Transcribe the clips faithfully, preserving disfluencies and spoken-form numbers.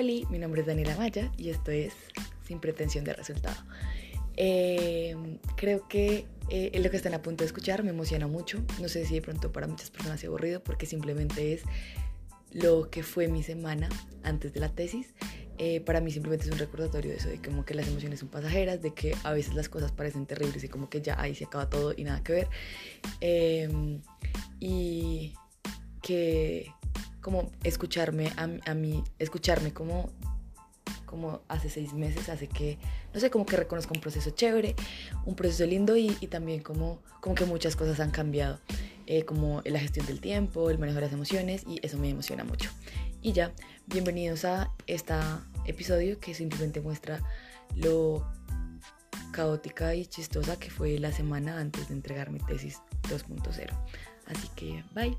Oli, mi nombre es Daniela Maya y esto es Sin Pretensión de Resultado. Eh, creo que eh, lo que están a punto de escuchar me emociona mucho. No sé si de pronto para muchas personas sea aburrido porque simplemente es lo que fue mi semana antes de la tesis. Eh, para mí simplemente es un recordatorio de eso, de como que las emociones son pasajeras, de que a veces las cosas parecen terribles y como que ya ahí se acaba todo y nada que ver. Eh, y que como escucharme a, a mí, escucharme como, como hace seis meses hace que, no sé, como que reconozca un proceso chévere, un proceso lindo y, y también como, como que muchas cosas han cambiado, eh, como la gestión del tiempo, el manejo de las emociones, y eso me emociona mucho. Y ya, bienvenidos a este episodio que simplemente muestra lo caótica y chistosa que fue la semana antes de entregar mi tesis dos punto cero. Así que, bye.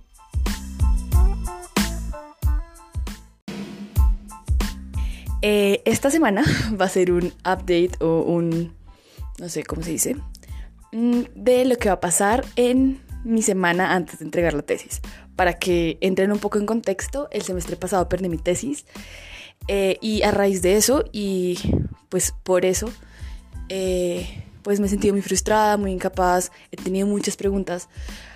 Eh, esta semana va a ser un update o un, no sé cómo se dice, de lo que va a pasar en mi semana antes de entregar la tesis. Para que entren un poco en contexto, el semestre pasado perdí mi tesis eh, y a raíz de eso y pues por eso eh, pues me he sentido muy frustrada, muy incapaz, he tenido muchas preguntas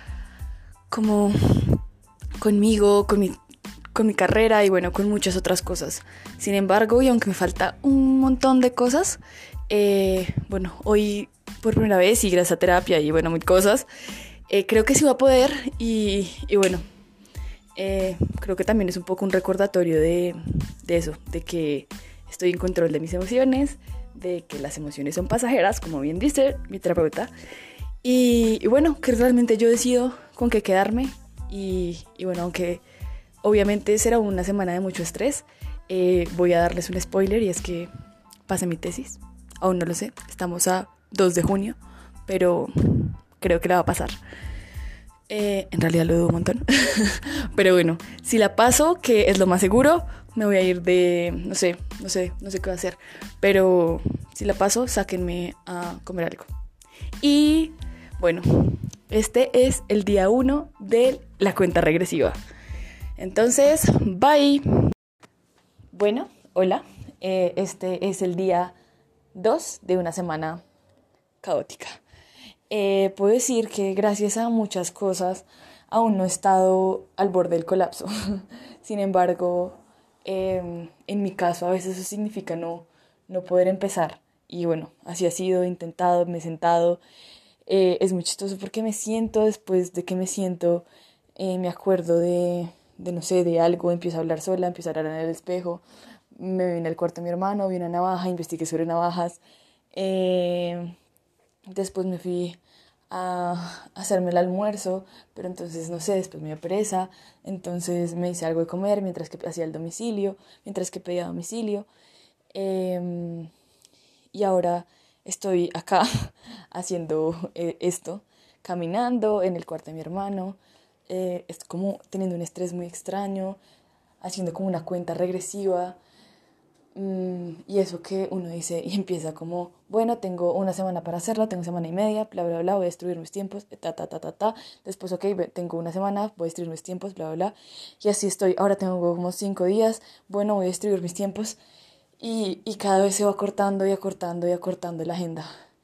como conmigo, con mi con mi carrera y bueno, con muchas otras cosas. Sin embargo, y aunque me falta un montón de cosas, eh, bueno, hoy por primera vez y gracias a terapia y bueno, muchas cosas, eh, creo que sí va a poder y, y bueno, eh, creo que también es un poco un recordatorio de, de eso, de que estoy en control de mis emociones, de que las emociones son pasajeras, como bien dice mi terapeuta, y, y bueno, que realmente yo decido con qué quedarme y, y bueno, aunque obviamente será una semana de mucho estrés. Eh, voy a darles un spoiler y es que pasé mi tesis. Aún no lo sé. Estamos a dos de junio, pero creo que la va a pasar. Eh, en realidad lo dudo un montón. Pero bueno, si la paso, que es lo más seguro, me voy a ir de... No sé, no sé, no sé qué voy a hacer. Pero si la paso, sáquenme a comer algo. Y bueno, este es el día uno de la cuenta regresiva. Entonces, bye. Bueno, hola. Eh, este es el día dos de una semana caótica. Eh, puedo decir que gracias a muchas cosas aún no he estado al borde del colapso. Sin embargo, eh, en mi caso a veces eso significa no, no poder empezar. Y bueno, así ha sido, he intentado, me he sentado. Eh, es muy chistoso porque me siento, después de que me siento, eh, me acuerdo de... de no sé, de algo, empiezo a hablar sola, empiezo a hablar en el espejo, me vine al cuarto de mi hermano, vi una navaja, investigué sobre navajas, eh, después me fui a hacerme el almuerzo, pero entonces, no sé, después me dio pereza, entonces me hice algo de comer mientras que hacía el domicilio, mientras que pedía domicilio, eh, y ahora estoy acá haciendo eh, esto, caminando en el cuarto de mi hermano. Eh, es como teniendo un estrés muy extraño, haciendo como una cuenta regresiva, mmm, y eso que uno dice y empieza como, bueno, tengo una semana para hacerlo, tengo semana y media, bla, bla, bla, voy a destruir mis tiempos, ta, ta, ta, ta, ta, después, ok, tengo una semana, voy a destruir mis tiempos, bla, bla, bla, y así estoy, ahora tengo como cinco días, bueno, voy a destruir mis tiempos, y, y cada vez se va acortando y acortando y acortando la agenda.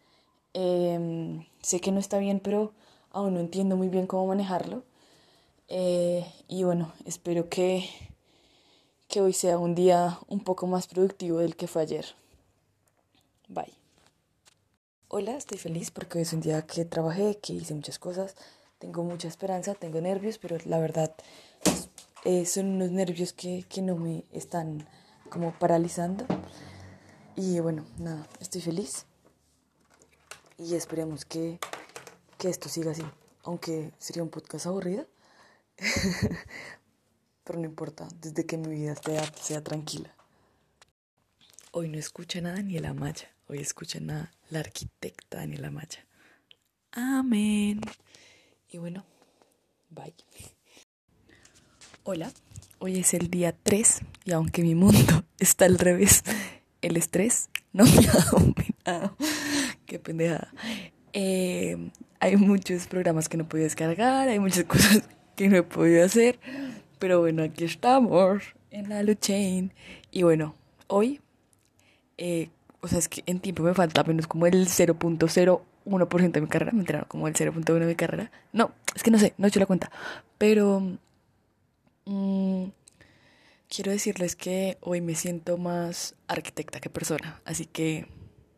Eh, sé que no está bien, pero aún no entiendo muy bien cómo manejarlo. Eh, y bueno, espero que, que hoy sea un día un poco más productivo del que fue ayer. Bye. Hola, estoy feliz porque hoy es un día que trabajé, que hice muchas cosas. Tengo mucha esperanza, tengo nervios, pero la verdad eh, son unos nervios que, que no me están como paralizando. Y bueno, nada, estoy feliz. Y esperemos que, que esto siga así. Aunque sería un podcast aburrido. Pero no importa, desde que mi vida sea, sea tranquila. Hoy no escuchan a Daniela Maya, hoy escuchan a la arquitecta Daniela Maya. Amén. Y bueno, bye. Hola, hoy es el día tres y aunque mi mundo está al revés, el estrés no me ha dominado. Qué pendejada. Eh, hay muchos programas que no he podido descargar, hay muchas cosas que no he podido hacer. Pero bueno, aquí estamos en la Luchain y bueno, hoy, eh, o sea, es que en tiempo me falta menos como el cero punto cero uno por ciento de mi carrera, me enteraron como el cero punto uno de mi carrera. No, es que no sé, no he hecho la cuenta, pero mm, quiero decirles que hoy me siento más arquitecta que persona, así que...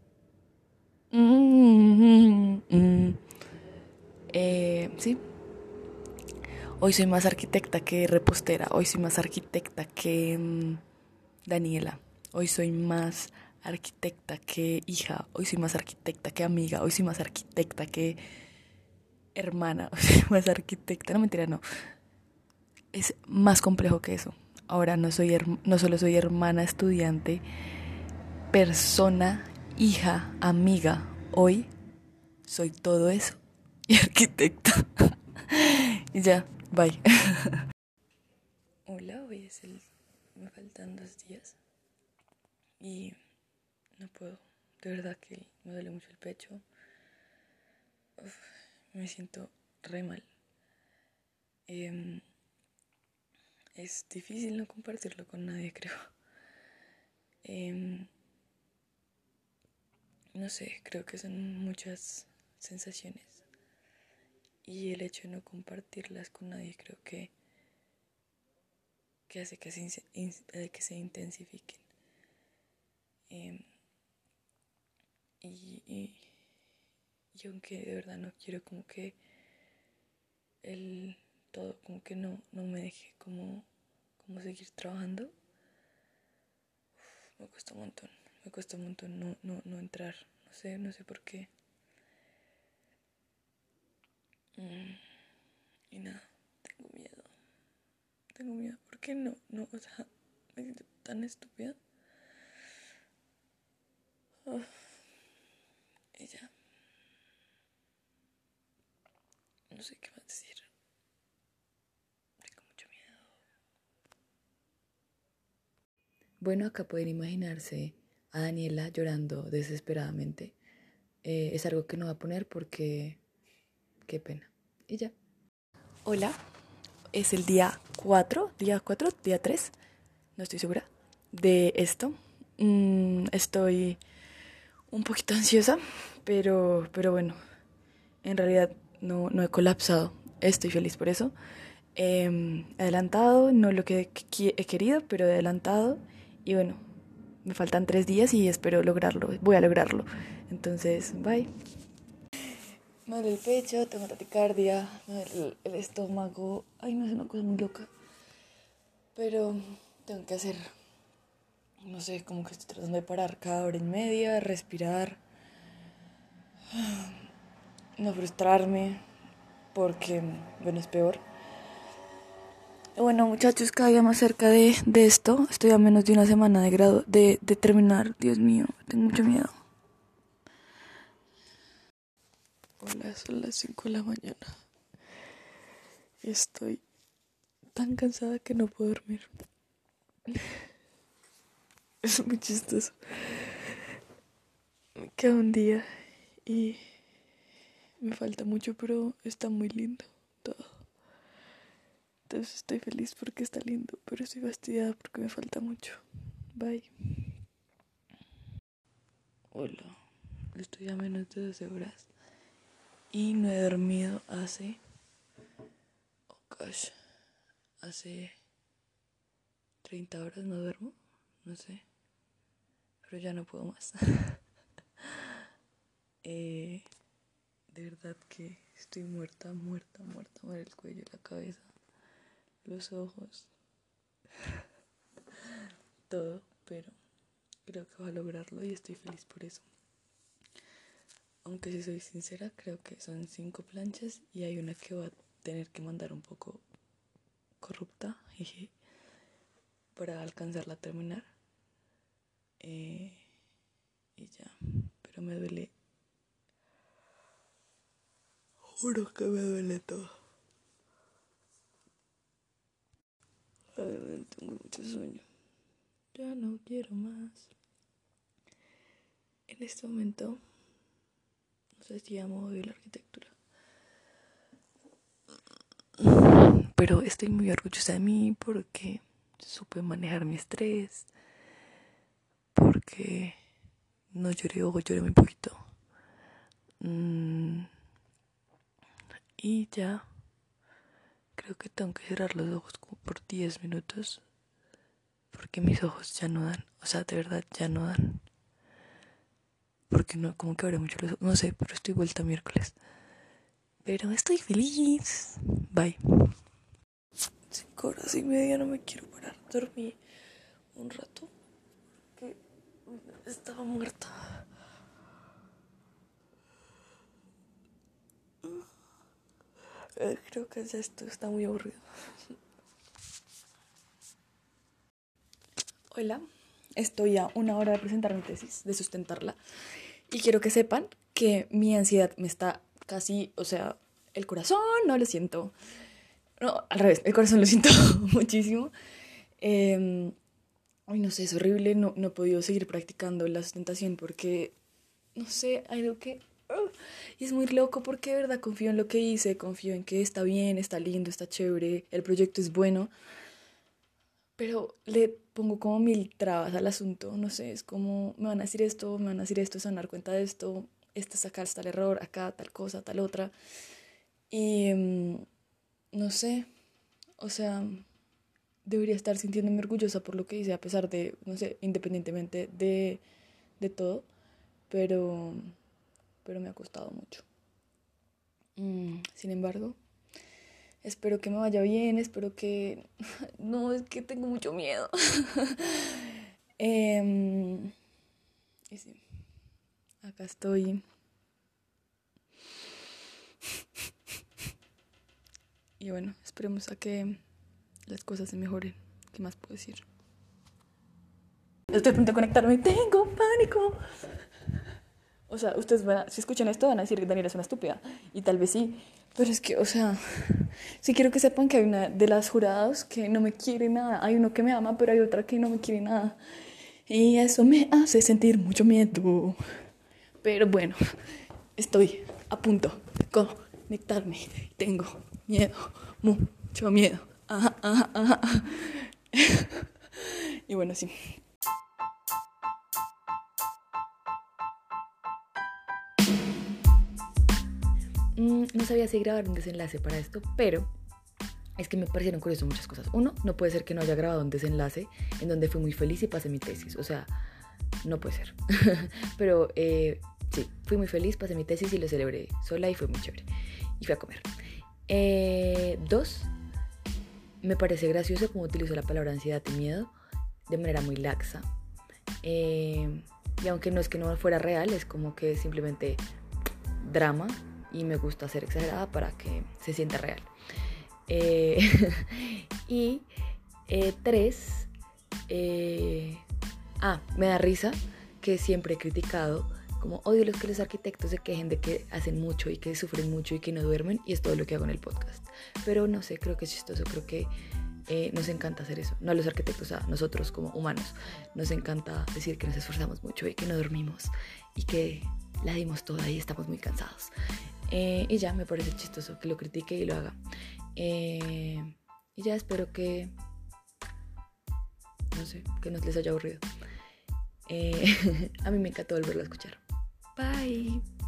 mm, mm, eh, sí, hoy soy más arquitecta que repostera, hoy soy más arquitecta que mm, Daniela, hoy soy más arquitecta que hija, hoy soy más arquitecta que amiga, hoy soy más arquitecta que hermana, hoy soy más arquitecta, no mentira, no, es más complejo que eso. Ahora no soy her- no solo soy hermana, estudiante, persona, hija, amiga, hoy soy todo eso y arquitecta. Y ya, bye. Hola, hoy es el... me faltan dos días y no puedo. De verdad que me duele mucho el pecho. Uf, me siento re mal. Eh, es difícil no compartirlo con nadie, creo. Eh, no sé, creo que son muchas sensaciones. Y el hecho de no compartirlas con nadie creo que, que hace que se, in- que se intensifiquen. Eh, y, y, y aunque de verdad no quiero como que el todo como que no, no me deje como, como seguir trabajando, me cuesta un montón, me cuesta un montón no, no, no entrar, no sé, no sé por qué. Mm, y nada, tengo miedo, tengo miedo, ¿por qué no? No, o sea, me siento tan estúpida. Oh, y ya, no sé qué más decir, tengo mucho miedo. Bueno, acá pueden imaginarse a Daniela llorando desesperadamente. Eh, es algo que no va a poner porque qué pena. Y ya. Hola, es el día cuatro, día cuatro, día tres, no estoy segura de esto. Mm, estoy un poquito ansiosa, pero, pero bueno, en realidad no, no he colapsado. Estoy feliz por eso. Eh, adelantado, no lo que he querido, pero he adelantado. Y bueno, me faltan tres días y espero lograrlo. Voy a lograrlo. Entonces, bye. Me duele el pecho, tengo taquicardia, me duele el, el estómago. Ay, no es una cosa muy loca. Pero tengo que hacer, no sé, como que estoy tratando de parar cada hora y media, respirar, no frustrarme, porque, bueno, es peor. Bueno, muchachos, cada día más cerca de, de esto. Estoy a menos de una semana de grado de, de terminar. Dios mío, tengo mucho miedo. Hola, son las cinco de la mañana. Y estoy tan cansada que no puedo dormir. Es muy chistoso. Me queda un día y me falta mucho, pero está muy lindo todo. Entonces estoy feliz porque está lindo, pero estoy fastidiada porque me falta mucho. Bye. Hola, estoy a menos de doce horas y no he dormido hace... Oh gosh, hace treinta horas no duermo, no sé, pero ya no puedo más. eh, de verdad que estoy muerta, muerta, muerta, muere el cuello, la cabeza, los ojos, todo, pero creo que voy a lograrlo y estoy feliz por eso. Aunque si soy sincera, creo que son cinco planchas y hay una que va a tener que mandar un poco corrupta, jeje, para alcanzarla a terminar. Eh, y ya, pero me duele. Juro que me duele todo. Ay, tengo mucho sueño. Ya no quiero más. En este momento, no sé si amo o odio la arquitectura. Pero estoy muy orgullosa de mí porque supe manejar mi estrés. porque no lloré o lloré muy poquito. Mm, y ya, creo que tengo que cerrar los ojos como por diez minutos, porque mis ojos ya no dan, o sea, de verdad ya no dan. Porque no, como que abre mucho los ojos, no sé, pero estoy vuelta miércoles. Pero estoy feliz. Bye. Cinco horas y media, no me quiero parar. Dormí un rato que estaba muerta. Eh, creo que ya esto está muy aburrido. Hola, estoy a una hora de presentar mi tesis, de sustentarla. Y quiero que sepan que mi ansiedad me está casi, o sea, el corazón no lo siento. No, al revés, el corazón lo siento muchísimo. Eh, ay, no sé, es horrible, no, no he podido seguir practicando la sustentación porque, no sé, hay algo que... Uh, y es muy loco porque de verdad confío en lo que hice, confío en que está bien, está lindo, está chévere, el proyecto es bueno, pero le pongo como mil trabas al asunto, no sé, es como, me van a decir esto, me van a decir esto, se van a dar cuenta de esto, este es acá, está el error, acá, tal cosa, tal otra, y um, no sé, o sea... debería estar sintiéndome orgullosa por lo que hice, a pesar de, no sé, independientemente de, de todo, pero, pero me ha costado mucho. Mm, sin embargo, espero que me vaya bien, espero que... No, es que tengo mucho miedo. eh, y sí, acá estoy. Y bueno, esperemos a que las cosas se mejoren. ¿Qué más puedo decir? Estoy a punto de conectarme. Tengo pánico. O sea, ustedes van a, si escuchan esto van a decir que Daniela es una estúpida. Y tal vez sí. Pero es que, o sea, sí quiero que sepan que hay una de las jurados que no me quiere nada. Hay uno que me ama, pero hay otra que no me quiere nada. Y eso me hace sentir mucho miedo. Pero bueno, estoy a punto de conectarme. Tengo miedo, mucho miedo. Ajá, ajá, ajá. Y bueno, sí. Mm, no sabía si grabar un desenlace para esto, pero es que me parecieron curiosas muchas cosas. Uno, no puede ser que no haya grabado un desenlace en donde fui muy feliz y pasé mi tesis. O sea, no puede ser. Pero eh, sí, fui muy feliz, pasé mi tesis y lo celebré sola y fue muy chévere. Y fui a comer. Eh, dos, me parece gracioso cómo utilizo la palabra ansiedad y miedo de manera muy laxa. Eh, y aunque no es que no fuera real, es como que simplemente drama y me gusta ser exagerada para que se sienta real. Eh, y eh, tres, eh, ah, me da risa que siempre he criticado, como odio los que los arquitectos se quejen de que hacen mucho y que sufren mucho y que no duermen, y es todo lo que hago en el podcast. Pero no sé, creo que es chistoso, creo que eh, nos encanta hacer eso, no a los arquitectos, a nosotros como humanos, nos encanta decir que nos esforzamos mucho y que no dormimos y que la dimos toda y estamos muy cansados. Eh, y ya, me parece chistoso que lo critique y lo haga. Eh, y ya espero que, no sé, que no les haya aburrido. Eh, a mí me encantó volverlo a escuchar. Bye.